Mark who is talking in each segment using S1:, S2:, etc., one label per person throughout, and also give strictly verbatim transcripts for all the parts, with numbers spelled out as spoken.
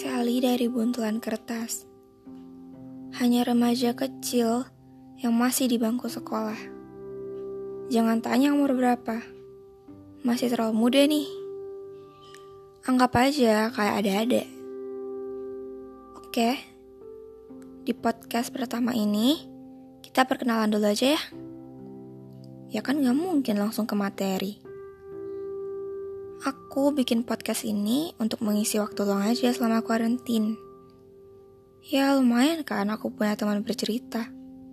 S1: Sally dari buntelan kertas. Hanya remaja kecil yang masih di bangku sekolah. Jangan tanya umur berapa. Masih terlalu muda nih. Anggap aja kayak ada-ada. Oke. Di podcast pertama ini, kita perkenalan dulu aja ya. Ya kan gak mungkin langsung ke materi. Aku bikin podcast ini untuk mengisi waktu luang aja selama kuarantin. Ya lumayan kan aku punya teman bercerita.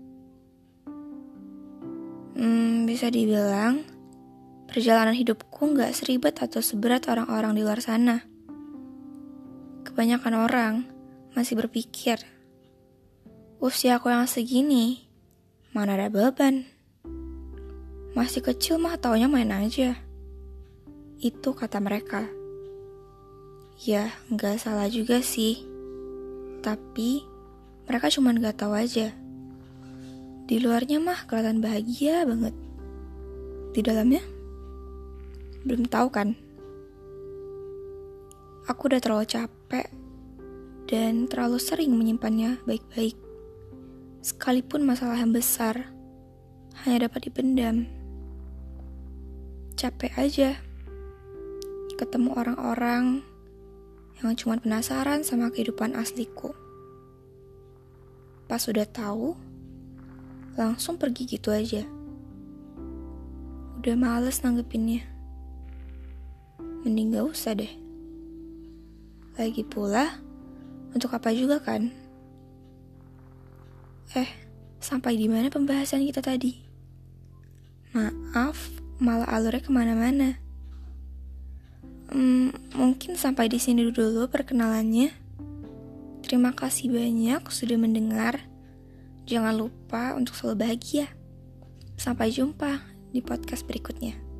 S1: Hmm, bisa dibilang perjalanan hidupku gak seribet atau seberat orang-orang di luar sana. Kebanyakan orang masih berpikir, usia aku yang segini, mana ada beban. Masih kecil mah taunya main aja. Itu kata mereka. Ya, gak salah juga sih. Tapi, mereka cuma gak tahu aja. Di luarnya mah kelihatan bahagia banget. Di dalamnya, belum tahu kan. Aku udah terlalu capek dan terlalu sering menyimpannya baik-baik. Sekalipun masalah yang besar hanya dapat dipendam. Capek aja ketemu orang-orang yang cuma penasaran sama kehidupan asliku. Pas udah tahu, langsung pergi gitu aja. Udah males nanggepinnya. Mending gak usah deh. Lagi pula, untuk apa juga kan? Eh, sampai di mana pembahasan kita tadi? Maaf, malah alurnya kemana-mana. Hmm, mungkin sampai di sini dulu perkenalannya. Terima kasih banyak sudah mendengar. Jangan lupa untuk selalu bahagia. Sampai jumpa di podcast berikutnya.